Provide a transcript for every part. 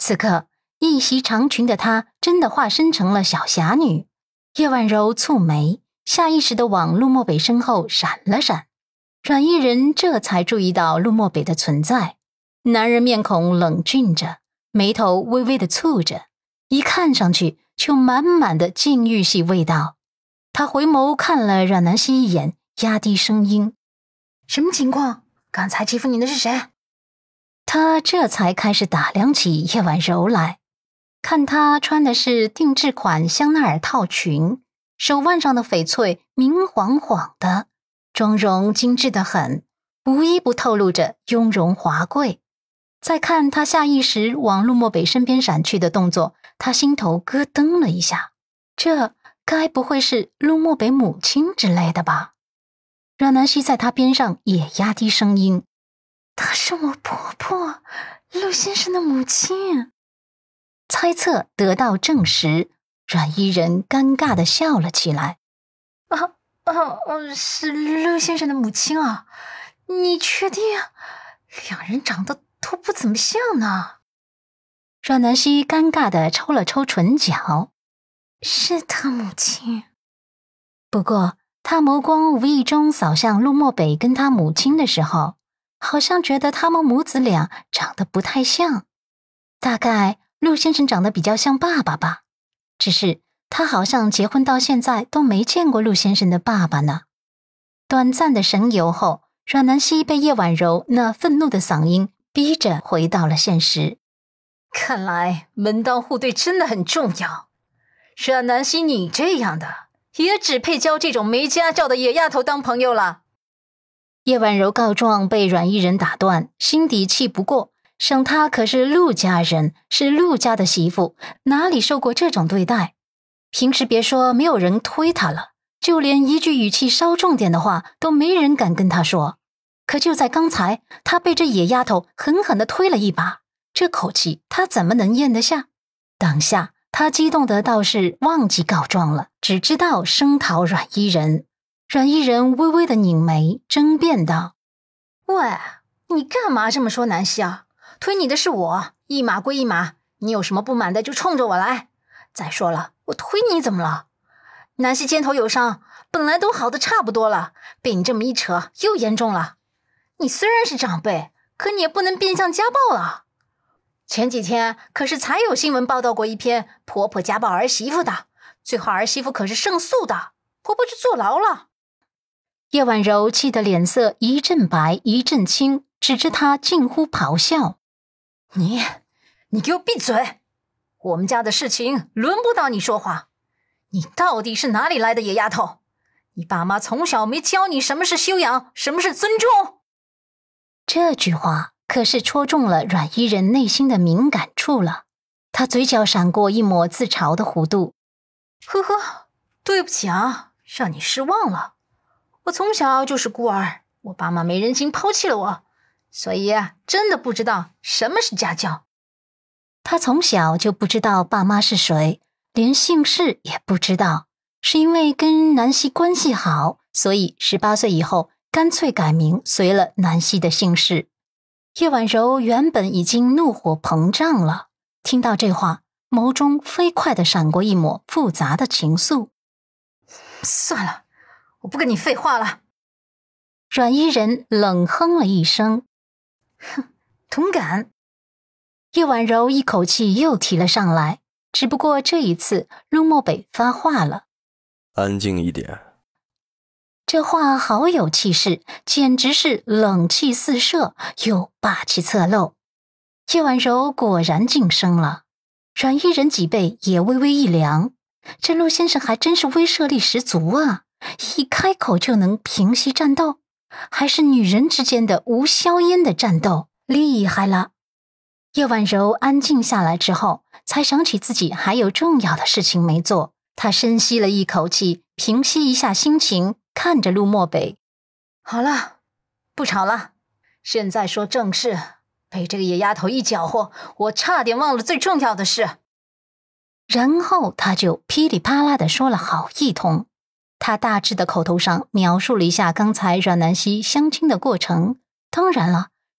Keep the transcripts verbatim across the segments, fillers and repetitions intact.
此刻一袭长裙的她真的化身成了小侠女。叶婉柔蹙眉，下意识地往陆漠北身后闪了闪。阮依人这才注意到陆漠北的存在，男人面孔冷峻着，眉头微微地蹙着，一看上去就满满的禁欲系味道。他回眸看了阮南希一眼，压低声音： 什么情况？刚才欺负你的是谁？ 他这才开始打量起叶婉柔来，看她穿的是定制款香奈儿套裙，手腕上的翡翠明晃晃的，妆容精致得很，无一不透露着雍容华贵。再看她下意识往陆漠北身边闪去的动作，他心头咯噔了一下，这该不会是陆漠北母亲之类的吧？阮南希在他边上也压低声音： 她是我婆婆，陆先生的母亲。 猜测得到证实，阮依人尴尬地笑了起来。 啊啊啊！是陆先生的母亲啊？你确定？两人长得都不怎么像呢。 阮南希尴尬地抽了抽唇角。 是他母亲。 不过他眸光无意中扫向陆漠北跟他母亲的时候，好像觉得他们母子俩长得不太像。大概陆先生长得比较像爸爸吧，只是他好像结婚到现在都没见过陆先生的爸爸呢。短暂的神游后，阮南希被叶婉柔那愤怒的嗓音逼着回到了现实。 看来门当户对真的很重要。阮南希，你这样的也只配交这种没家教的野丫头当朋友了。 叶婉柔告状被阮依人打断，心底气不过，生她可是陆家人，是陆家的媳妇，哪里受过这种对待？平时别说没有人推她了，就连一句语气稍重点的话都没人敢跟她说。可就在刚才，她被这野丫头狠狠地推了一把，这口气她怎么能咽得下？当下他激动的倒是忘记告状了，只知道声讨阮依人。阮依人微微的拧眉，争辩道： 喂，你干嘛这么说南希啊？推你的是我，一码归一码，你有什么不满的就冲着我来。再说了，我推你怎么了？南希肩头有伤，本来都好的差不多了，被你这么一扯又严重了。你虽然是长辈，可你也不能变相家暴啊。前几天可是才有新闻报道过一篇婆婆家暴儿媳妇的，最后儿媳妇可是胜诉的，婆婆去坐牢了。 叶婉柔气得脸色一阵白一阵青，指着她近乎咆哮： 你你给我闭嘴，我们家的事情轮不到你说话。你到底是哪里来的野丫头？你爸妈从小没教你什么是修养，什么是尊重？ 这句话可是戳中了阮依人内心的敏感处了，他嘴角闪过一抹自嘲的弧度。 呵呵，对不起啊，让你失望了。我从小就是孤儿，我爸妈没人情抛弃了我，所以真的不知道什么是家教。 他从小就不知道爸妈是谁，连姓氏也不知道，是因为跟南希关系好，所以十八岁以后干脆改名随了南希的姓氏。叶婉柔原本已经怒火膨胀了，听到这话，眸中飞快地闪过一抹复杂的情愫。 算了，我不跟你废话了。 阮依人冷哼了一声， 哼，同感。 叶婉柔一口气又提了上来，只不过这一次陆漠北发话了： 安静一点。 这话好有气势，简直是冷气四射，又霸气侧漏。叶婉柔果然噤声了，阮依人脊背也微微一凉。这陆先生还真是威慑力十足啊，一开口就能平息战斗，还是女人之间的无硝烟的战斗，厉害了。叶婉柔安静下来之后，才想起自己还有重要的事情没做。她深吸了一口气，平息一下心情，看着陆漠北： 好了，不吵了，现在说正事。被这个野丫头一搅和，我差点忘了最重要的事。 然后他就噼里啪啦地说了好一通。他大致的口头上描述了一下刚才阮南希相亲的过程，当然了，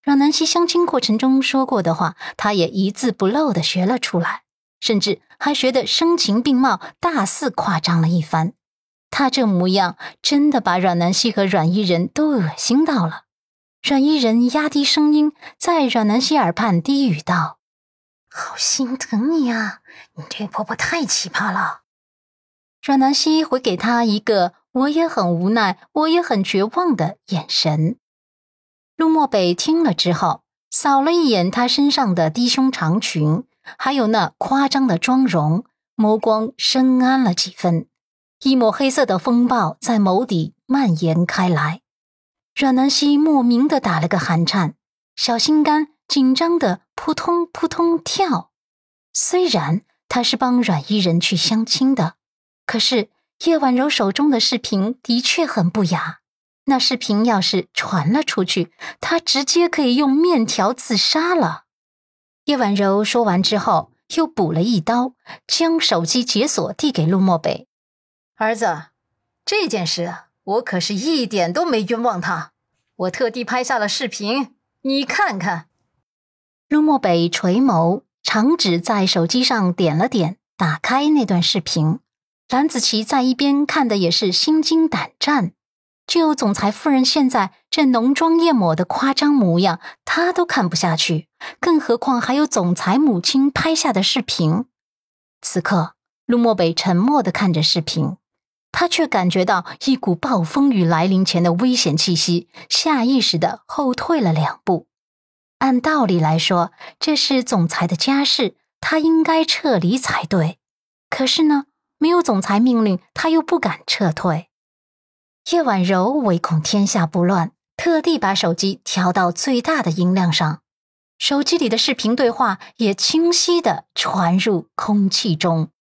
阮南希相亲过程中说过的话，他也一字不漏地学了出来，甚至还学得声情并茂，大肆夸张了一番。他这模样真的把阮南希和阮伊人都恶心到了。阮伊人压低声音在阮南希耳畔低语道： 好心疼你啊，你这婆婆太奇葩了。 阮南希回给他一个我也很无奈，我也很绝望的眼神。陆漠北听了之后，扫了一眼他身上的低胸长裙，还有那夸张的妆容，眸光深谙了几分，一抹黑色的风暴在眸底蔓延开来。阮南希莫名地打了个寒颤，小心肝紧张地扑通扑通跳。虽然他是帮阮伊人去相亲的，可是叶婉柔手中的视频的确很不雅，那视频要是传了出去，他直接可以用面条自杀了。叶婉柔说完之后又补了一刀，将手机解锁递给陆漠北。 儿子，这件事我可是一点都没冤枉他，我特地拍下了视频，你看看。 陆漠北垂眸，长指在手机上点了点，打开那段视频。蓝子琪在一边看的也是心惊胆战，就总裁夫人现在这浓妆艳抹的夸张模样，她都看不下去，更何况还有总裁母亲拍下的视频。此刻陆漠北沉默地看着视频，他却感觉到一股暴风雨来临前的危险气息，下意识地后退了两步。按道理来说，这是总裁的家事，他应该撤离才对。可是呢，没有总裁命令，他又不敢撤退。叶婉柔唯恐天下不乱，特地把手机调到最大的音量上，手机里的视频对话也清晰地传入空气中。